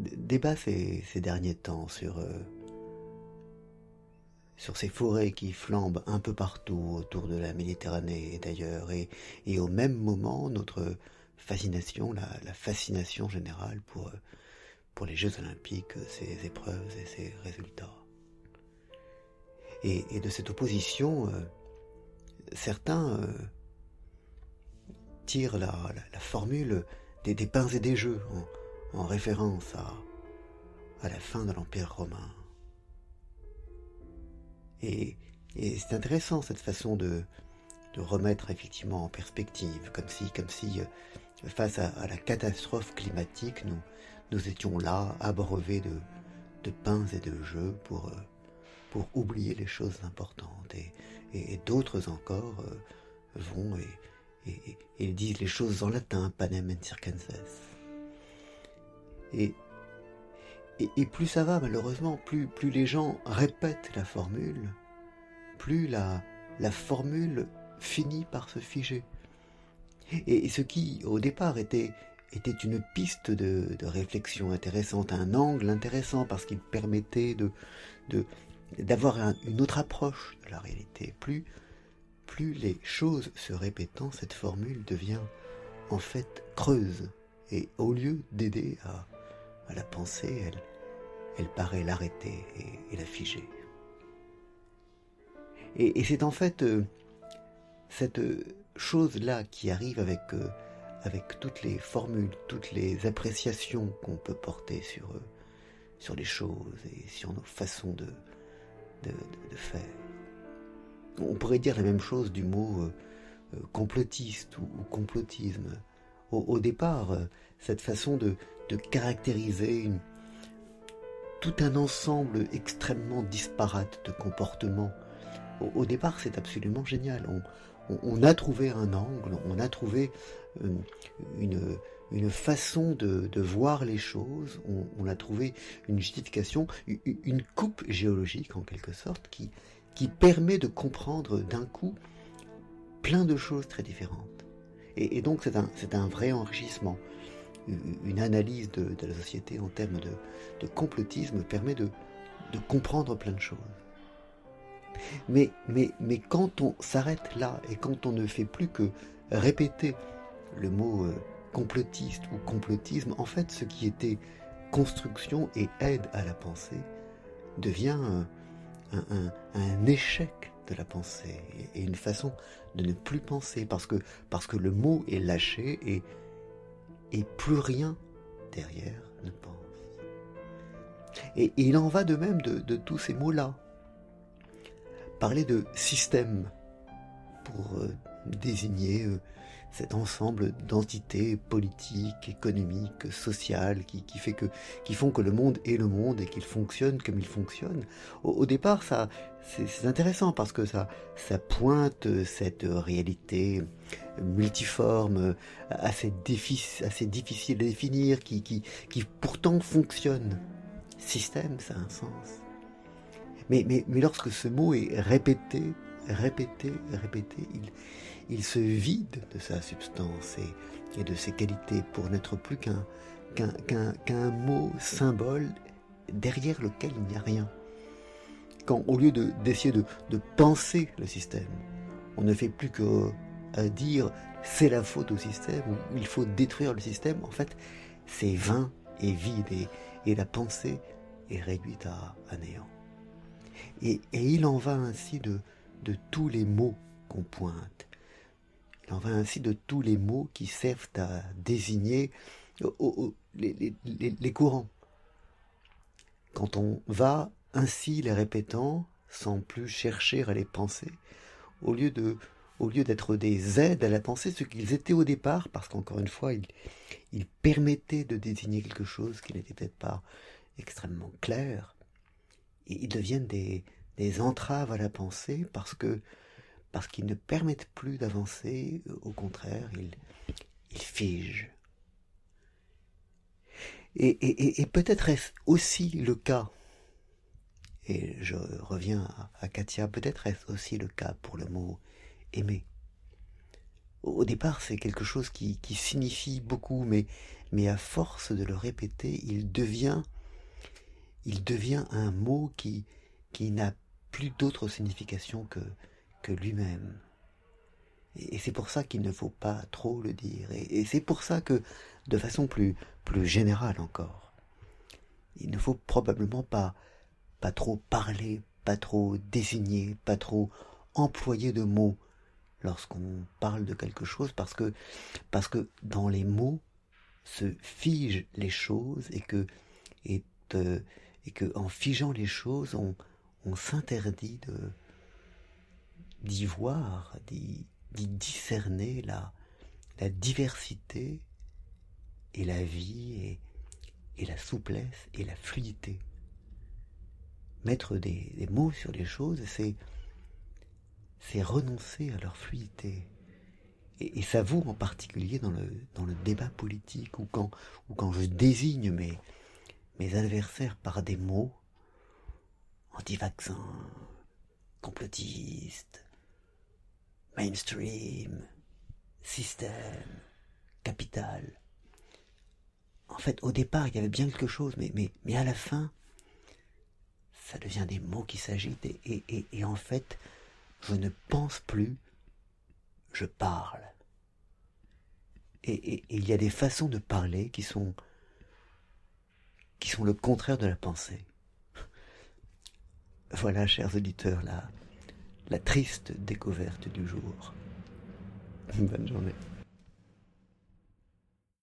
débat ces derniers temps sur ces forêts qui flambent un peu partout autour de la Méditerranée et d'ailleurs, et au même moment notre fascination, la fascination générale pour les Jeux Olympiques, ces épreuves et ces résultats. Et de cette opposition, certains tirent la formule des pains et des jeux en référence à la fin de l'Empire romain. Et c'est intéressant cette façon de remettre effectivement en perspective, comme si face à la catastrophe climatique, nous étions là, abreuvés de pains et de jeux pour oublier les choses importantes. Et d'autres encore vont et disent les choses en latin, panem et circenses. Et plus ça va, malheureusement, plus les gens répètent la formule, plus la formule finit par se figer. Et ce qui, au départ, était une piste de réflexion intéressante, un angle intéressant, parce qu'il permettait d'avoir une autre approche de la réalité. Plus les choses se répétant, cette formule devient en fait creuse. Et au lieu d'aider à la pensée, elle paraît l'arrêter et la figer. Et c'est en fait cette chose-là qui arrive avec toutes les formules, toutes les appréciations qu'on peut porter sur les choses et sur nos façons de faire. On pourrait dire la même chose du mot complotiste ou complotisme. Au départ, cette façon de caractériser tout un ensemble extrêmement disparate de comportements. Au départ, c'est absolument génial. On a trouvé un angle, on a trouvé une façon de voir les choses, on a trouvé une justification, une coupe géologique en quelque sorte qui permet de comprendre d'un coup plein de choses très différentes. Et donc c'est un vrai enrichissement. Une analyse de la société en termes de complotisme permet de comprendre plein de choses. Mais quand on s'arrête là et quand on ne fait plus que répéter le mot complotiste ou complotisme, en fait ce qui était construction et aide à la pensée devient un échec de la pensée et une façon de ne plus penser parce que le mot est lâché et plus rien derrière ne pense. Et il en va de même de tous ces mots-là. Parler de système pour désigner cet ensemble d'entités politiques, économiques, sociales qui font que le monde est le monde et qu'il fonctionne comme il fonctionne. Au départ, ça c'est intéressant parce que ça pointe cette réalité multiforme, assez difficile à définir, qui pourtant fonctionne. Système, ça a un sens. Mais lorsque ce mot est répété, il se vide de sa substance et de ses qualités pour n'être plus qu'un mot symbole derrière lequel il n'y a rien. Quand au lieu d'essayer de penser le système, on ne fait plus que dire c'est la faute au système ou il faut détruire le système, en fait c'est vain et vide et la pensée est réduite à néant. Et il en va ainsi de tous les mots qu'on pointe. Il en va ainsi de tous les mots qui servent à désigner les courants. Quand on va ainsi les répétant, sans plus chercher à les penser, au lieu d'être des aides à la pensée, ce qu'ils étaient au départ, parce qu'encore une fois, ils permettaient de désigner quelque chose qui n'était peut-être pas extrêmement clair, et ils deviennent des entraves à la pensée parce qu'ils ne permettent plus d'avancer, au contraire, ils figent. Et peut-être est-ce aussi le cas, et je reviens à Katia, peut-être est-ce aussi le cas pour le mot aimer. Au départ, c'est quelque chose qui signifie beaucoup, mais à force de le répéter, il devient un mot qui n'a plus d'autre signification que lui-même. Et c'est pour ça qu'il ne faut pas trop le dire. Et c'est pour ça que, de façon plus générale encore, il ne faut probablement pas trop parler, pas trop désigner, pas trop employer de mots lorsqu'on parle de quelque chose, parce que dans les mots se figent les choses et, euh, et que en figeant les choses, on s'interdit d'y voir, d'y discerner la diversité et la vie et la souplesse et la fluidité. Mettre des mots sur les choses, c'est renoncer à leur fluidité. Et ça vaut en particulier dans le débat politique, ou quand je désigne mes adversaires par des mots, anti-vaccin, complotiste, mainstream, système, capital. En fait, au départ, il y avait bien quelque chose, mais à la fin, ça devient des mots qui s'agitent, et en fait, je ne pense plus, je parle. Et il y a des façons de parler qui sont le contraire de la pensée. Voilà, chers auditeurs, la triste découverte du jour. Bonne journée.